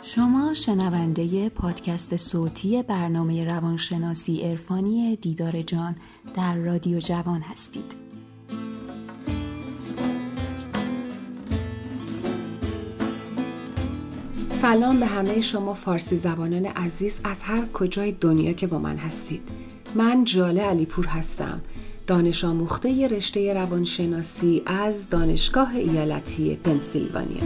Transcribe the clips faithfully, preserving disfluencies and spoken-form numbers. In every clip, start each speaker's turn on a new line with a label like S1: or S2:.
S1: شما شنونده پادکست صوتی برنامه روانشناسی عرفانی دیدار جان در رادیو جوان هستید.
S2: سلام به همه شما فارسی زبانان عزیز از هر کجای دنیا که با من هستید. من جاله علیپور هستم، دانش آموخته رشته روانشناسی از دانشگاه ایالتی پنسیلوانیا.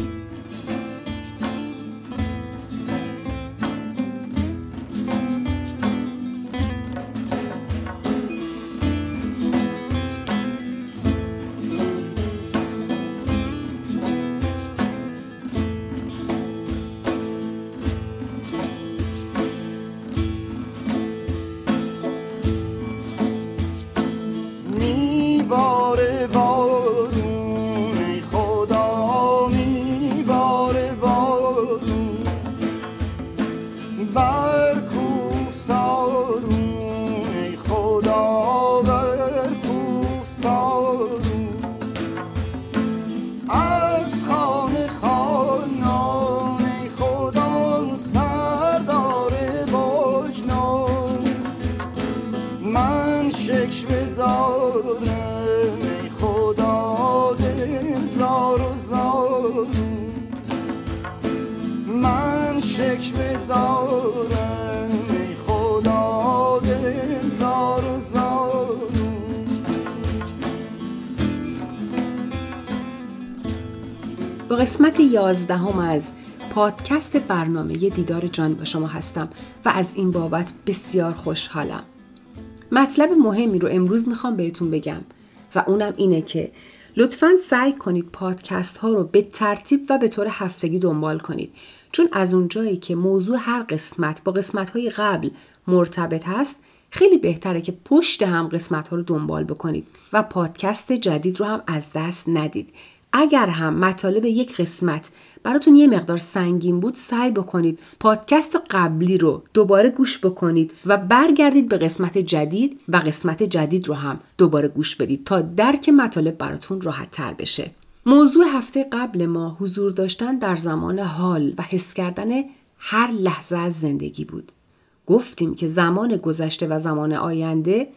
S2: با قسمت یازدهم از پادکست برنامه دیدار جان با شما هستم و از این بابت بسیار خوشحالم. مطلب مهمی رو امروز میخوام بهتون بگم و اونم اینه که لطفاً سعی کنید پادکست ها رو به ترتیب و به طور هفتگی دنبال کنید، چون از اونجایی که موضوع هر قسمت با قسمت های قبل مرتبط هست، خیلی بهتره که پشت هم قسمت ها رو دنبال بکنید و پادکست جدید رو هم از دست ندید. اگر هم مطالب یک قسمت براتون یه مقدار سنگین بود، سعی بکنید پادکست قبلی رو دوباره گوش بکنید و برگردید به قسمت جدید و قسمت جدید رو هم دوباره گوش بدید تا درک مطالب براتون راحت تر بشه. موضوع هفته قبل ما حضور داشتن در زمان حال و حس کردن هر لحظه از زندگی بود. گفتیم که زمان گذشته و زمان آینده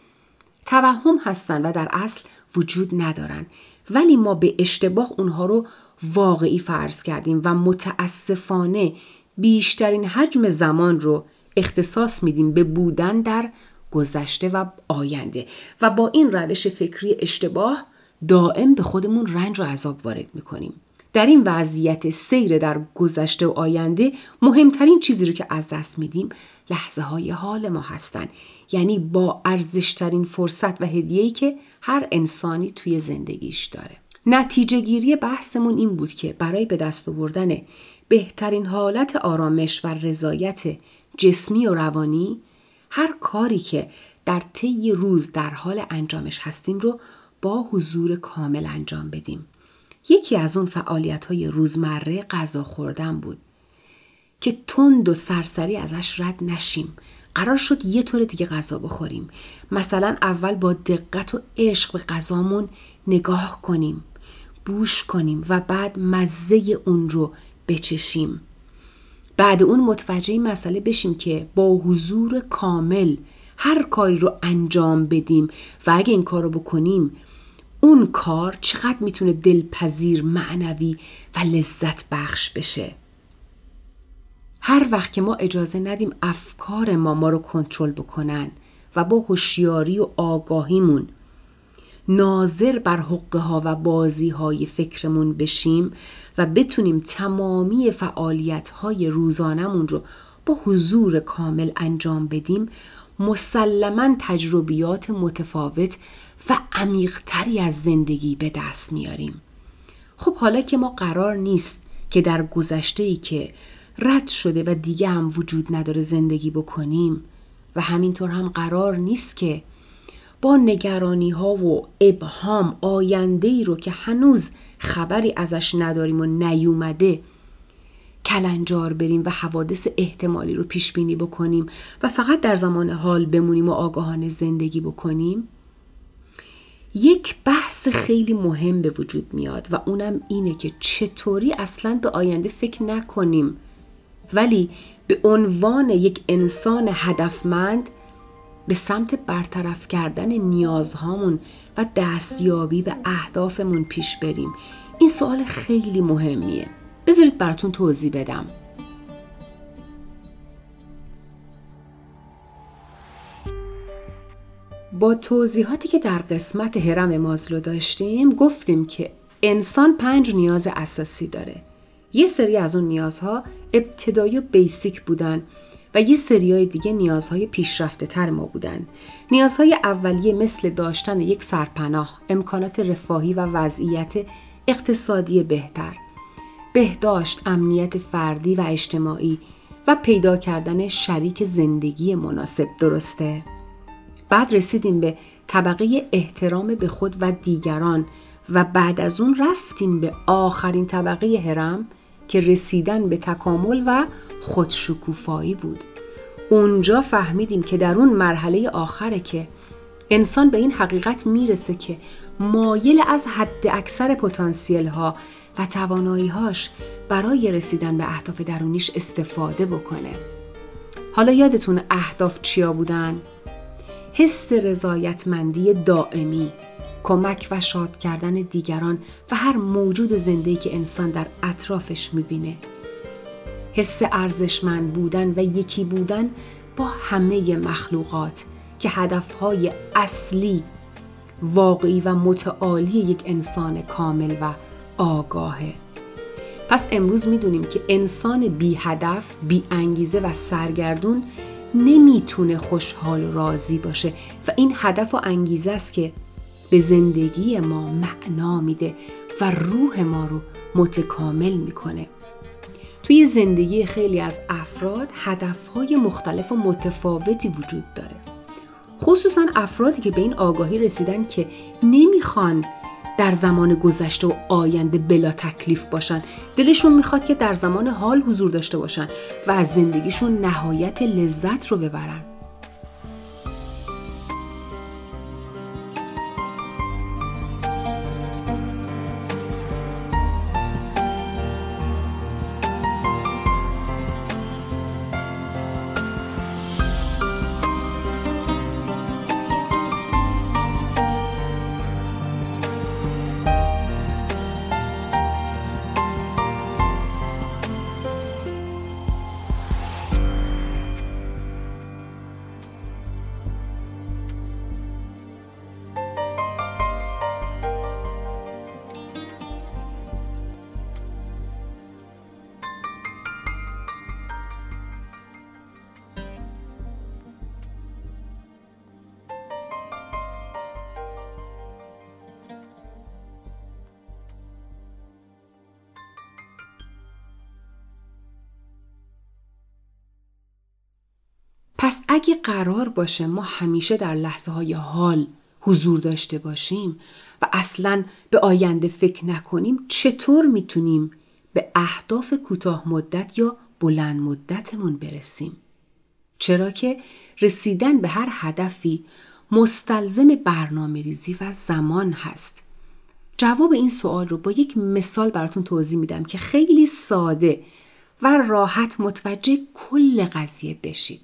S2: توهم هستن و در اصل وجود ندارن، ولی ما به اشتباه اونها رو واقعی فرض کردیم و متاسفانه بیشترین حجم زمان رو اختصاص میدیم به بودن در گذشته و آینده و با این روش فکری اشتباه دائم به خودمون رنج و عذاب وارد میکنیم. در این وضعیت سیر در گذشته و آینده مهمترین چیزی رو که از دست میدیم لحظه های حال ما هستن، یعنی با ارزشترین فرصت و هدیه‌ای که هر انسانی توی زندگیش داره. نتیجه گیری بحثمون این بود که برای به دست آوردن بهترین حالت آرامش و رضایت جسمی و روانی، هر کاری که در طی روز در حال انجامش هستیم رو با حضور کامل انجام بدیم. یکی از اون فعالیت‌های روزمره غذا خوردن بود که تند و سرسری ازش رد نشیم. قرار شد یه طور دیگه غذا بخوریم. مثلا اول با دقت و عشق به غذامون نگاه کنیم، بوش کنیم و بعد مزه اون رو بچشیم. بعد اون متوجه این مسئله بشیم که با حضور کامل هر کاری رو انجام بدیم و اگه این کار رو بکنیم اون کار چقدر میتونه دلپذیر، معنوی و لذت بخش بشه. هر وقت که ما اجازه ندیم افکار ما ما رو کنترل بکنن و با هوشیاری و آگاهیمون ناظر بر حقه ها و بازی های فکرمون بشیم و بتونیم تمامی فعالیت های روزانمون رو با حضور کامل انجام بدیم، مسلماً تجربیات متفاوت و عمیق‌تری از زندگی به دست میاریم. خب حالا که ما قرار نیست که در گذشته‌ای که رد شده و دیگه هم وجود نداره زندگی بکنیم و همینطور هم قرار نیست که با نگرانی ها و ابهام آینده‌ای رو که هنوز خبری ازش نداریم و نیومده کلنجار بریم و حوادث احتمالی رو پیش بینی بکنیم و فقط در زمان حال بمونیم و آگاهانه زندگی بکنیم، یک بحث خیلی مهم به وجود میاد و اونم اینه که چطوری اصلاً به آینده فکر نکنیم ولی به عنوان یک انسان هدفمند به سمت برطرف کردن نیازهامون و دستیابی به اهدافمون پیش بریم؟ این سوال خیلی مهمیه. بذارید براتون توضیح بدم. با توضیحاتی که در قسمت هرم مازلو داشتیم گفتیم که انسان پنج نیاز اساسی داره. یه سری از اون نیازها ابتدایی و بیسیک بودن و یه سریای دیگه نیازهای پیشرفته تر ما بودن. نیازهای اولیه مثل داشتن یک سرپناه، امکانات رفاهی و وضعیت اقتصادی بهتر، بهداشت، امنیت فردی و اجتماعی و پیدا کردن شریک زندگی مناسب. درسته؟ بعد رسیدیم به طبقه احترام به خود و دیگران و بعد از اون رفتیم به آخرین طبقه هرم که رسیدن به تکامل و خودشکوفایی بود. اونجا فهمیدیم که در اون مرحله آخره که انسان به این حقیقت میرسه که مایل از حد اکثر پتانسیل ها و توانایی هاش برای رسیدن به اهداف درونیش استفاده بکنه. حالا یادتون اهداف چیا بودن؟ حس رضایتمندی دائمی، کمک و شاد کردن دیگران و هر موجود زنده‌ای که انسان در اطرافش میبینه. حس ارزشمند بودن و یکی بودن با همه مخلوقات که هدفهای اصلی، واقعی و متعالی یک انسان کامل و آگاهه. پس امروز میدونیم که انسان بی هدف، بی انگیزه و سرگردون نمیتونه خوشحال و راضی باشه و این هدف و انگیزه است که به زندگی ما معنا میده و روح ما رو متکامل میکنه. توی زندگی خیلی از افراد هدفهای مختلف و متفاوتی وجود داره، خصوصا افرادی که به این آگاهی رسیدن که نمیخوان در زمان گذشته و آینده بلا تکلیف باشن. دلشون میخواد که در زمان حال حضور داشته باشن و از زندگیشون نهایت لذت رو ببرن. پس اگه قرار باشه ما همیشه در لحظه های حال حضور داشته باشیم و اصلاً به آینده فکر نکنیم، چطور میتونیم به اهداف کوتاه مدت یا بلند مدتمون برسیم؟ چرا که رسیدن به هر هدفی مستلزم برنامه ریزی و زمان هست. جواب این سوال رو با یک مثال براتون توضیح میدم که خیلی ساده و راحت متوجه کل قضیه بشید.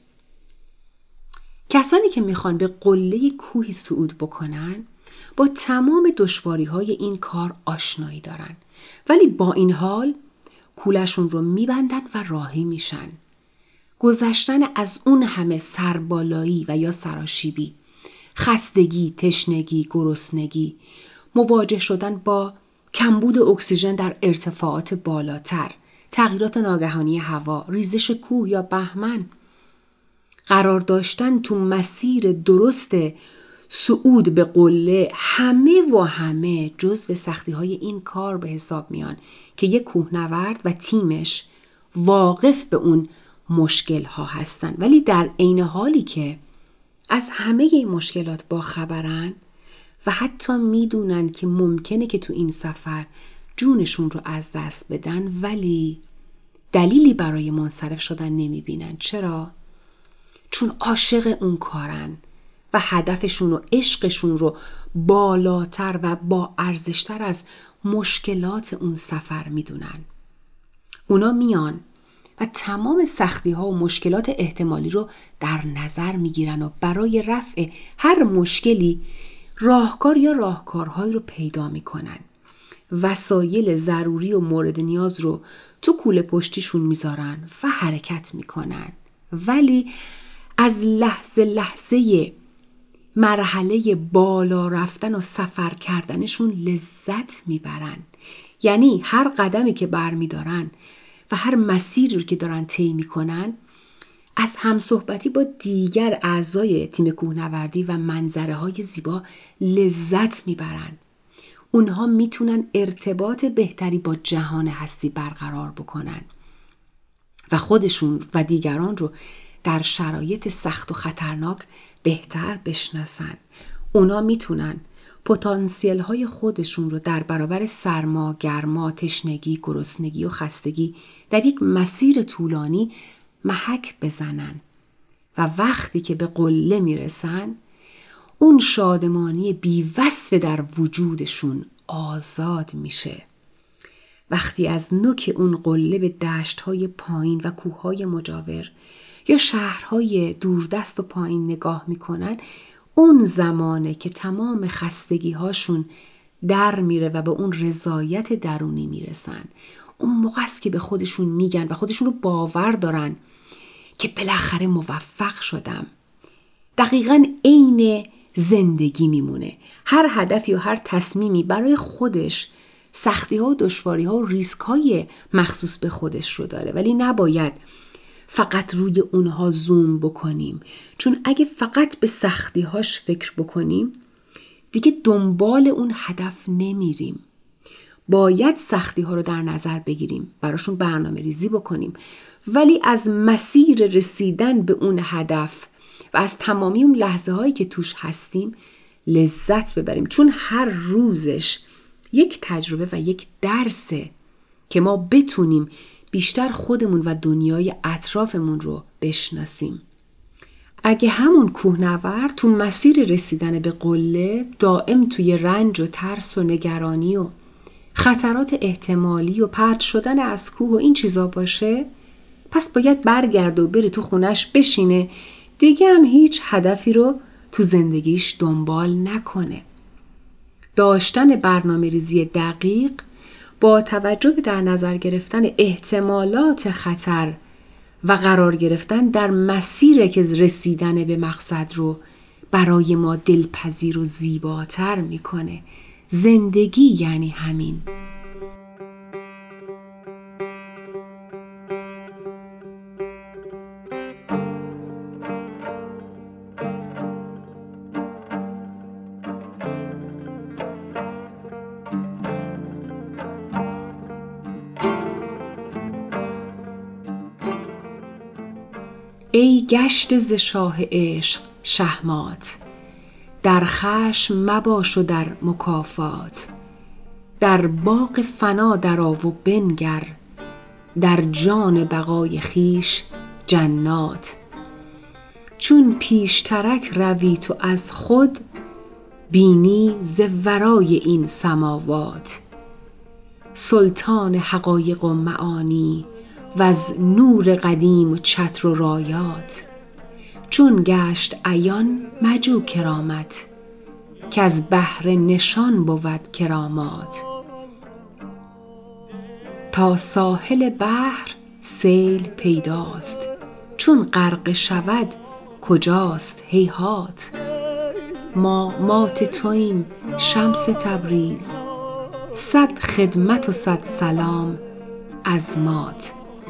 S2: کسانی که میخوان به قله کوهی صعود بکنن با تمام دشواری‌های این کار آشنایی دارن، ولی با این حال کولشون رو میبندن و راهی میشن. گذشتن از اون همه سربالایی و یا سراشیبی، خستگی، تشنگی، گرسنگی، مواجه شدن با کمبود اکسیژن در ارتفاعات بالاتر، تغییرات ناگهانی هوا، ریزش کوه یا بهمن، قرار داشتن تو مسیر درست صعود به قله، همه و همه جزو سختی‌های این کار به حساب میان که یک کوهنورد و تیمش واقف به اون مشکل‌ها هستن، ولی در عین حالی که از همه این مشکلات با خبرن و حتی میدونن که ممکنه که تو این سفر جونشون رو از دست بدن، ولی دلیلی برای منصرف شدن نمیبینن. چرا؟ چون عاشق اون کارن و هدفشون و عشقشون رو بالاتر و با ارزشتر از مشکلات اون سفر میدونن. اونا میان و تمام سختی ها و مشکلات احتمالی رو در نظر می گیرن و برای رفع هر مشکلی راهکار یا راهکارهایی رو پیدا می کنن. وسایل ضروری و مورد نیاز رو تو کوله پشتیشون میذارن و حرکت میکنن، ولی از لحظه لحظه مرحله بالا رفتن و سفر کردنشون لذت میبرن. یعنی هر قدمی که برمیدارن و هر مسیری رو که دارن طی میکنن از همصحبتی با دیگر اعضای تیم کوهنوردی و منظره های زیبا لذت میبرن. اونها میتونن ارتباط بهتری با جهان هستی برقرار بکنن و خودشون و دیگران رو در شرایط سخت و خطرناک بهتر بشناسن. اونا میتونن پتانسیل های خودشون رو در برابر سرما، گرما، تشنگی، گرسنگی و خستگی در یک مسیر طولانی محک بزنن و وقتی که به قله میرسن اون شادمانی بی‌وصف در وجودشون آزاد میشه. وقتی از نوک اون قله به دشت‌های پایین و کوه‌های مجاور یا شهرهای دوردست و پایین نگاه میکنن، اون زمانه که تمام خستگی‌هاشون در میره و به اون رضایت درونی میرسن. اون موقع است که به خودشون میگن و خودشون رو باور دارن که بالاخره موفق شدم. دقیقاً عین زندگی میمونه. هر هدفی و هر تصمیمی برای خودش سختی ها و دشواری ها و ریسک های مخصوص به خودش رو داره، ولی نباید فقط روی اونها زوم بکنیم، چون اگه فقط به سختی هاش فکر بکنیم دیگه دنبال اون هدف نمیریم. باید سختی ها رو در نظر بگیریم، براشون برنامه ریزی بکنیم، ولی از مسیر رسیدن به اون هدف و از تمامی اون لحظه هایی که توش هستیم لذت ببریم، چون هر روزش یک تجربه و یک درسه که ما بتونیم بیشتر خودمون و دنیای اطرافمون رو بشناسیم. اگه همون کوهنورد تو مسیر رسیدن به قله دائم توی رنج و ترس و نگرانی و خطرات احتمالی و پرت شدن از کوه و این چیزا باشه، پس باید برگرده و بره تو خونش بشینه، دیگه هم هیچ هدفی رو تو زندگیش دنبال نکنه. داشتن برنامه ریزی دقیق با توجه به در نظر گرفتن احتمالات خطر و قرار گرفتن در مسیر که رسیدن به مقصد رو برای ما دلپذیر و زیباتر میکنه. زندگی یعنی همین. ای گشت ز شاه عشق شهمات، در خشم مباش و در مکافات. در باغ فنا درآ و بنگر، در جان بقای خویش جنات. چون پیشترک روی تو از خود، بینی ز ورای این سماوات. سلطان حقایق و معانی و از نور قدیم و چتر و رایات. چون گشت عیان مجو کرامت، که از بهر نشان بود کرامات. تا ساحل بحر سیل پیداست، چون غرقه شود کجاست هیهات. ما مات توییم شمس تبریز، صد خدمت و صد سلام از مات.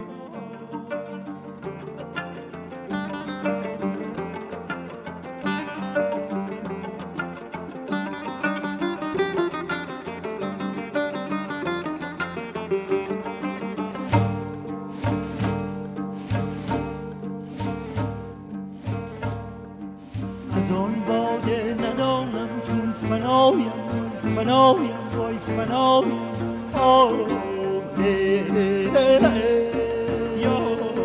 S3: از آن باده ندانم چون فنایم فنایم وای فنایم آه یا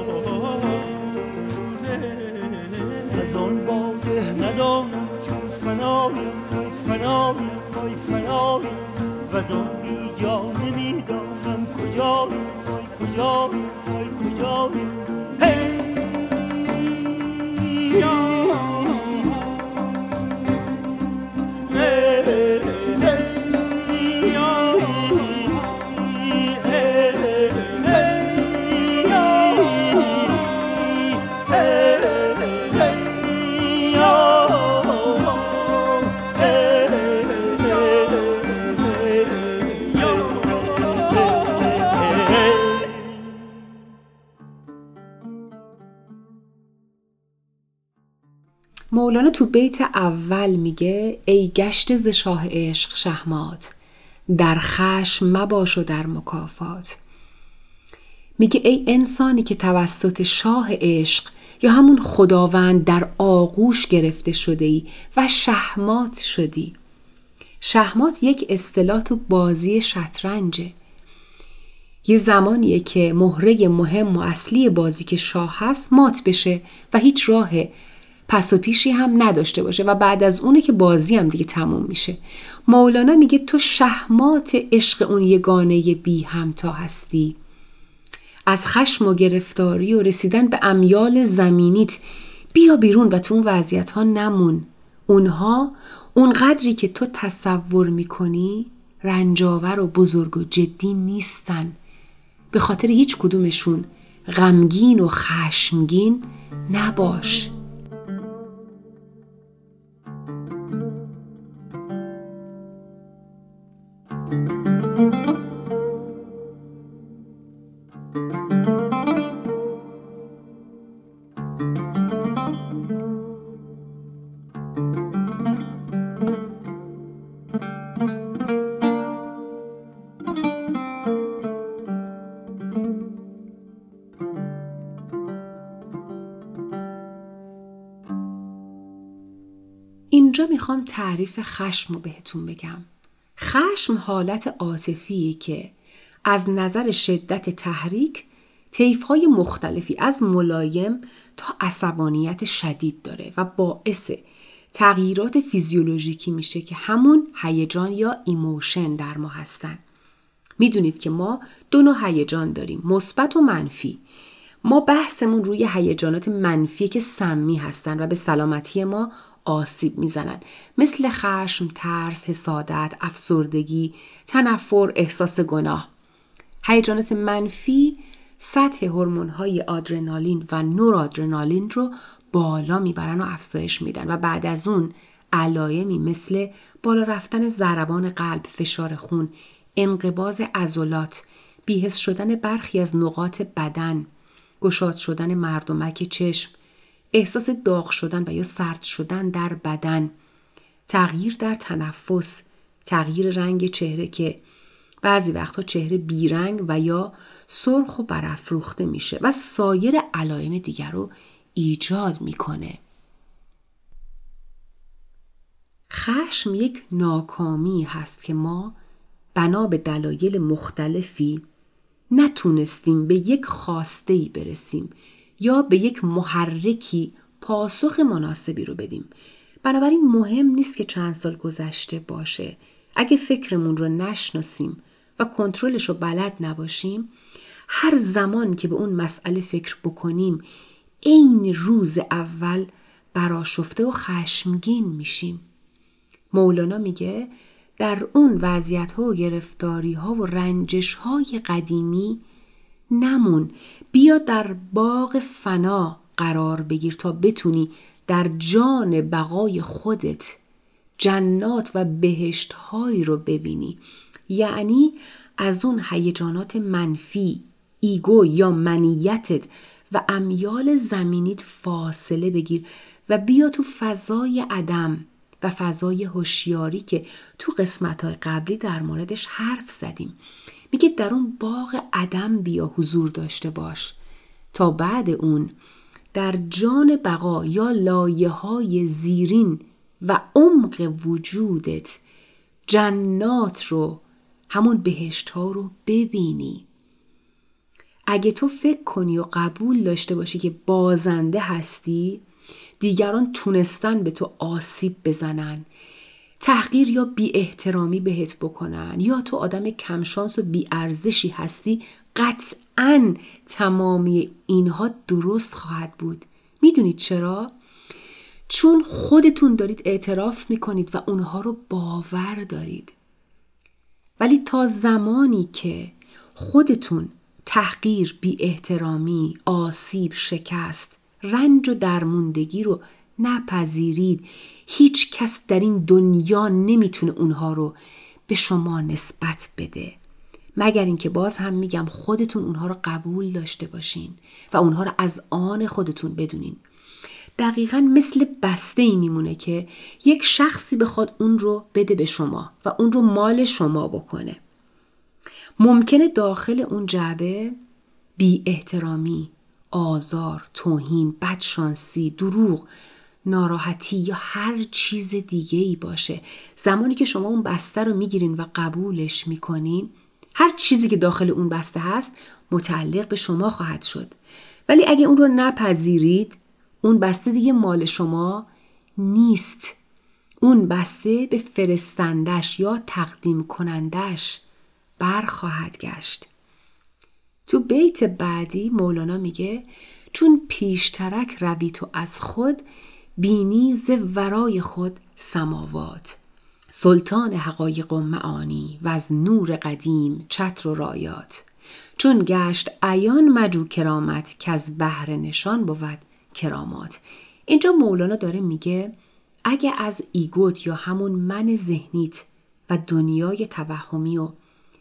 S3: از آن باده ندانم چون فنایم وای فنایم وای فنایم و از آن بی جا نمیدانم کجایم وای کجایم وای کجایم جایم هی یا
S2: مولانا تو بیت اول میگه ای گشته ز شاه عشق شهمات، در خشم مباش و در مکافات. میگه ای انسانی که توسط شاه عشق یا همون خداوند در آغوش گرفته شده ای و شهمات شدی. شهمات یک اصطلاح تو بازی شطرنجه. یه زمانیه که مهره مهم و اصلی بازی که شاه هست مات بشه و هیچ راه پس و پیشی هم نداشته باشه و بعد از اونه که بازی هم دیگه تموم میشه. مولانا میگه تو شهمات عشق اون یگانه بی همتا هستی. از خشم و گرفتاری و رسیدن به امیال زمینیت بیا بیرون و تو اون وضعیت ها نمون. اونها اون قدری که تو تصور میکنی رنجاور و بزرگ و جدی نیستن. به خاطر هیچ کدومشون غمگین و خشمگین نباش. اینجا میخوام تعریف خشم رو بهتون بگم. خشم حالت عاطفیه که از نظر شدت تحریک طیف‌های مختلفی از ملایم تا عصبانیت شدید داره و باعث تغییرات فیزیولوژیکی میشه که همون هیجان یا ایموشن در ما هستن. میدونید که ما دو نوع هیجان داریم، مثبت و منفی. ما بحثمون روی هیجانات منفی که سمی هستن و به سلامتی ما آسیب میزنن، مثل خشم، ترس، حسادت، افسردگی، تنفر، احساس گناه. هیجانات منفی سطح هورمون‌های آدرنالین و نورادرنالین رو بالا میبرن و افزایش میدن و بعد از اون علایمی مثل بالا رفتن ضربان قلب، فشار خون، انقباض عضلات، بی‌حس شدن برخی از نقاط بدن، گشاد شدن مردمک چشم، احساس داغ شدن و یا سرد شدن در بدن، تغییر در تنفس، تغییر رنگ چهره که بعضی وقتا چهره بیرنگ و یا سرخ و برافروخته میشه و سایر علائم دیگر رو ایجاد میکنه. خشم یک ناکامی هست که ما بنا به دلایل مختلفی نتونستیم به یک خواسته‌ای برسیم یا به یک محرکی پاسخ مناسبی رو بدیم. بنابراین مهم نیست که چند سال گذشته باشه. اگه فکرمون رو نشناسیم و کنترلش رو بلد نباشیم، هر زمان که به اون مسئله فکر بکنیم عین روز اول برآشفته و خشمگین میشیم. مولانا میگه در اون وضعیت‌ها و گرفتاری‌ها و رنجش‌های قدیمی نمون، بیا در باغ فنا قرار بگیر تا بتونی در جان بقای خودت جنات و بهشت‌هایی رو ببینی. یعنی از اون هیجانات منفی، ایگو یا منیتت و امیال زمینیت فاصله بگیر و بیا تو فضای عدم و فضای هوشیاری که تو قسمت‌های قبلی در موردش حرف زدیم. میگه در اون باغ عدم بیا حضور داشته باش تا بعد اون در جان بقا یا لایه‌های زیرین و عمق وجودت جنات رو، همون بهشت‌ها رو ببینی. اگه تو فکر کنی و قبول داشته باشی که بازنده هستی، دیگران تونستن به تو آسیب بزنن، تحقیر یا بی احترامی بهت بکنن یا تو آدم کمشانس و بی ارزشی هستی، قطعاً تمامی اینها درست خواهد بود. میدونید چرا؟ چون خودتون دارید اعتراف میکنید و اونها رو باور دارید. ولی تا زمانی که خودتون تحقیر، بی احترامی، آسیب، شکست، رنج و درموندگی رو نپذیرید، هیچ کس در این دنیا نمیتونه اونها رو به شما نسبت بده، مگر اینکه باز هم میگم خودتون اونها رو قبول داشته باشین و اونها رو از آن خودتون بدونین. دقیقاً مثل بسته ای میمونه که یک شخصی بخواد اون رو بده به شما و اون رو مال شما بکنه. ممکنه داخل اون جعبه بی احترامی، آزار، توهین، بدشانسی، دروغ، ناراحتی یا هر چیز دیگه ای باشه. زمانی که شما اون بسته رو میگیرین و قبولش میکنین، هر چیزی که داخل اون بسته هست متعلق به شما خواهد شد. ولی اگه اون رو نپذیرید، اون بسته دیگه مال شما نیست. اون بسته به فرستندش یا تقدیم کنندش برخواهد گشت. تو بیت بعدی مولانا میگه چون پیشترک روی تو از خود، بینی ز ورای خود سماوات. سلطان حقایق و معانی و از نور قدیم چتر و رایات. چون گشت عیان مجو کرامت که از بهر نشان بود کرامات. اینجا مولانا داره میگه اگه از ایگوت یا همون من ذهنیت و دنیای توهمی و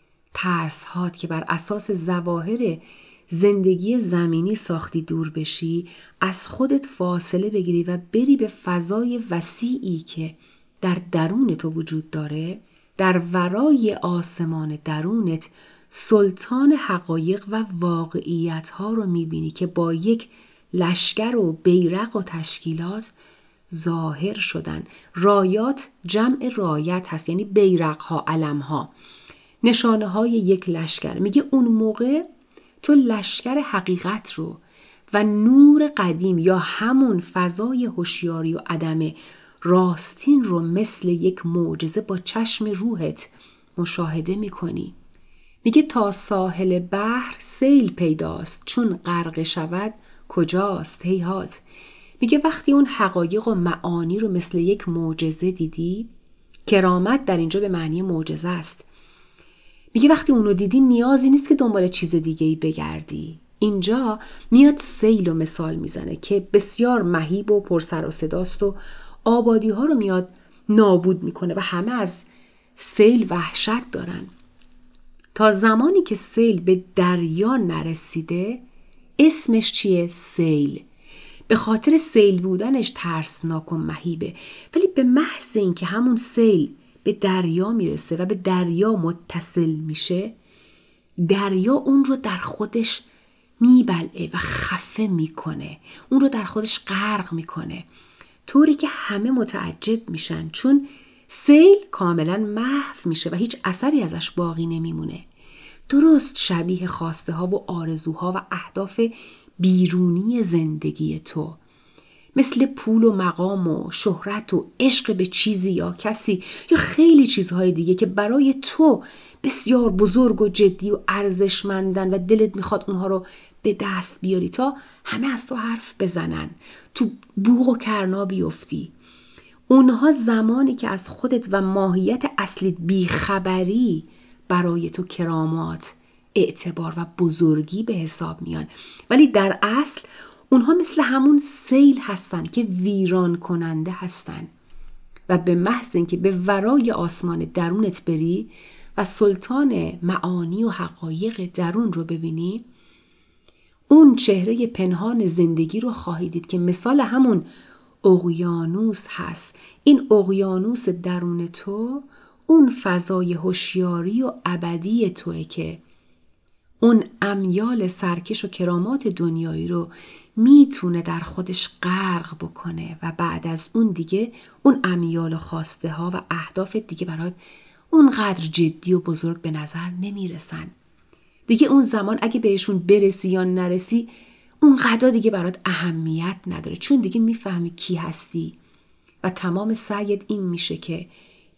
S2: ترسهات که بر اساس ظواهر زندگی زمینی ساختی دور بشی، از خودت فاصله بگیری و بری به فضای وسیعی که در درون تو وجود داره، در ورای آسمان درونت سلطان حقایق و واقعیت ها رو میبینی که با یک لشکر و بیرق و تشکیلات ظاهر شدن. رایات جمع رایت هست، یعنی بیرق ها، علم ها، نشانه های یک لشکر. میگه اون موقع تو لشکر حقیقت رو و نور قدیم یا همون فضای هوشیاری و عدم راستین رو مثل یک معجزه با چشم روحت مشاهده میکنی. میگه تا ساحل بحر سیل پیداست، چون غرق شود کجاست هیهات. میگه وقتی اون حقایق و معانی رو مثل یک معجزه دیدی، کرامت در اینجا به معنی معجزه است. میگه وقتی اونو دیدی نیازی نیست که دنبال چیز دیگه‌ای بگردی. اینجا میاد سیل و مثال میزنه که بسیار مهیب و پرسر و صداست و آبادی ها رو میاد نابود میکنه و همه از سیل وحشت دارن. تا زمانی که سیل به دریا نرسیده اسمش چیه؟ سیل. به خاطر سیل بودنش ترسناک و مهیبه. ولی به محض این که همون سیل به دریا میرسه و به دریا متصل میشه، دریا اون رو در خودش میبلعه و خفه میکنه، اون رو در خودش غرق میکنه، طوری که همه متعجب میشن، چون سیل کاملا محو میشه و هیچ اثری ازش باقی نمیمونه. درست شبیه خواسته ها و آرزوها و اهداف بیرونی زندگی تو، مثل پول و مقام و شهرت و عشق به چیزی یا کسی یا خیلی چیزهای دیگه که برای تو بسیار بزرگ و جدی و ارزشمندن و دلت میخواد اونها رو به دست بیاری تا همه از تو حرف بزنن، تو بوق و کرنا بیفتی. اونها زمانی که از خودت و ماهیت اصلیت بیخبری برای تو کرامات، اعتبار و بزرگی به حساب میان. ولی در اصل اونها مثل همون سیل هستن که ویران کننده هستن و به محض اینکه به ورای آسمان درونت بری و سلطان معانی و حقایق درون رو ببینی، اون چهره پنهان زندگی رو خواهی دید که مثال همون اقیانوس هست. این اقیانوس درون تو اون فضای هوشیاری و ابدی توئه که اون امیال سرکش و کرامات دنیایی رو میتونه در خودش غرق بکنه و بعد از اون دیگه اون امیال و خواسته ها و اهداف دیگه برات اونقدر جدی و بزرگ به نظر نمیرسن. دیگه اون زمان اگه بهشون برسی یا نرسی اون قضا دیگه برات اهمیت نداره، چون دیگه میفهمی کی هستی و تمام سعیت این میشه که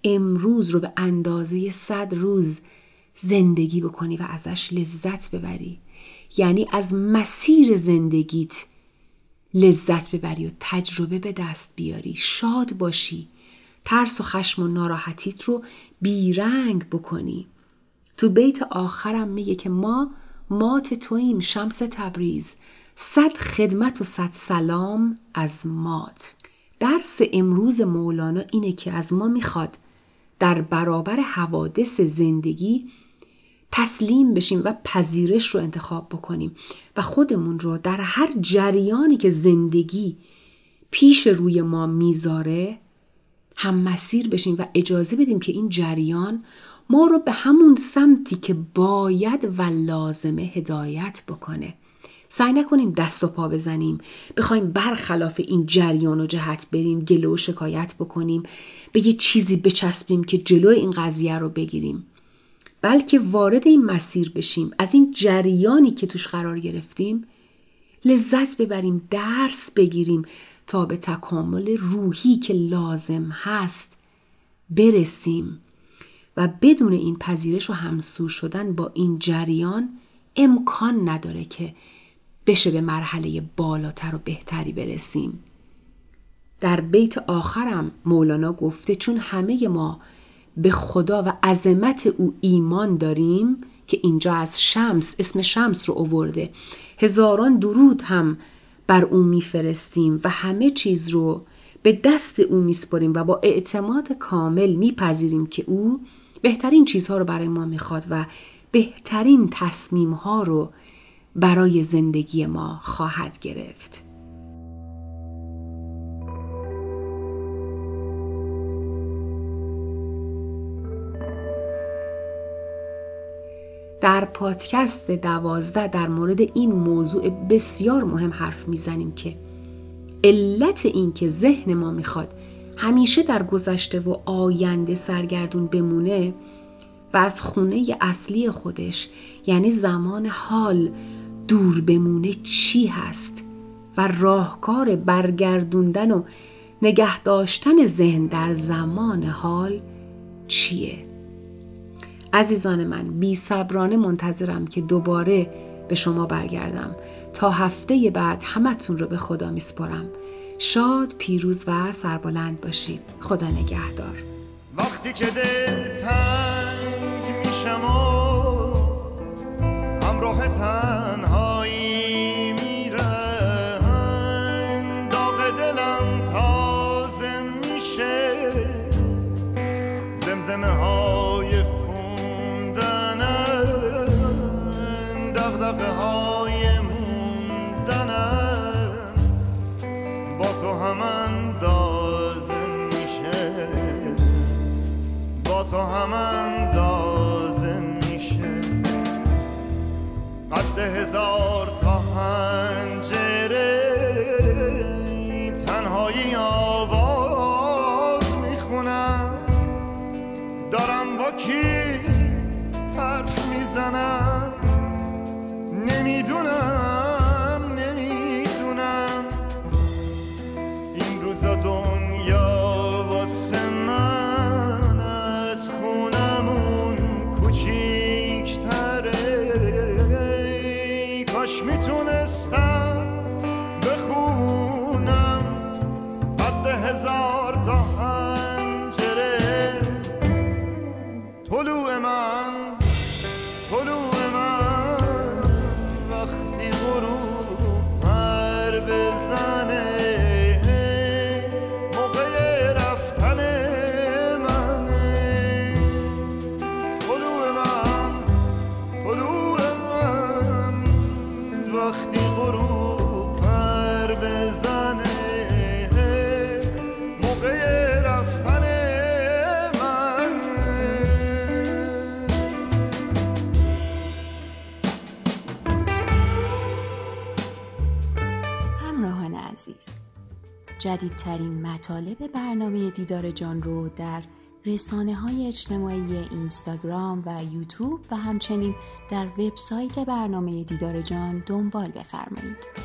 S2: امروز رو به اندازه صد روز زندگی بکنی و ازش لذت ببری. یعنی از مسیر زندگیت لذت ببری و تجربه به دست بیاری، شاد باشی، ترس و خشم و ناراحتیت رو بیرنگ بکنی. تو بیت آخرم میگه که ما مات توییم شمس تبریز، صد خدمت و صد سلام از مات. درس امروز مولانا اینه که از ما میخواد در برابر حوادث زندگی تسلیم بشیم و پذیرش رو انتخاب بکنیم و خودمون رو در هر جریانی که زندگی پیش روی ما میذاره هم مسیر بشیم و اجازه بدیم که این جریان ما رو به همون سمتی که باید و لازمه هدایت بکنه. سعی نکنیم دست و پا بزنیم، بخوایم برخلاف این جریان و جهت بریم، گله و شکایت بکنیم، به یه چیزی بچسبیم که جلوی این قضیه رو بگیریم، بلکه وارد این مسیر بشیم، از این جریانی که توش قرار گرفتیم لذت ببریم، درس بگیریم تا به تکامل روحی که لازم هست برسیم. و بدون این پذیرش و همسو شدن با این جریان امکان نداره که بشه به مرحله بالاتر و بهتری برسیم. در بیت آخرم مولانا گفته چون همه ما به خدا و عظمت او ایمان داریم، که اینجا از شمس، اسم شمس رو آورده، هزاران درود هم بر او میفرستیم و همه چیز رو به دست او میسپاریم و با اعتماد کامل میپذیریم که او بهترین چیزها رو برای ما میخواد و بهترین تصمیمها رو برای زندگی ما خواهد گرفت. در پادکست دوازده در مورد این موضوع بسیار مهم حرف میزنیم که علت این که ذهن ما میخواد همیشه در گذشته و آینده سرگردون بمونه و از خونه اصلی خودش یعنی زمان حال دور بمونه چی هست و راهکار برگردوندن و نگه داشتن ذهن در زمان حال چیه؟ عزیزان من، بی صبرانه منتظرم که دوباره به شما برگردم. تا هفته بعد همتون رو به خدا میسپارم. شاد، پیروز و سربلند باشید. خدا نگهدار.
S3: وقتی که دل تنگ میشم و همراه تنهایی میرم، داغ دلم تازه میشه، زمزمه های خوندنم، دغدغه های موندنم با تو هم اندازه میشه، با تو هم اندازه میشه. قد هزار تا پنجره تنهایی آواز میخونم، دارم با کی حرف میزنم، نمیدونم نمیدونم این روزا دنیا واسه من از خونمون کوچیک‌تره، کاش میتونستم بخونم قد هزار تا پنجره. طلوع من طلوع من وقتی غروب پر بزنه، موقع رفتن منه. طلوع من طلوع من وقتی غروب پر بزنه، موقع رفتن
S1: عزیز. جدیدترین مطالب برنامه دیدار جان رو در رسانه‌های اجتماعی اینستاگرام و یوتیوب و همچنین در وبسایت برنامه دیدار جان دنبال بفرمایید.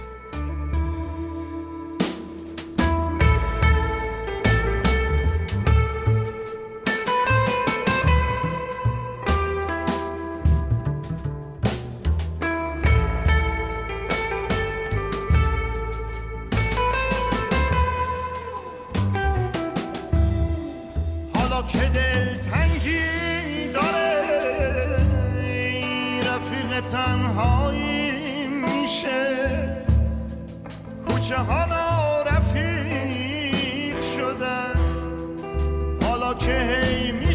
S3: تنهایی میشه، کوچه ها نارفیق شدن، حالا که هی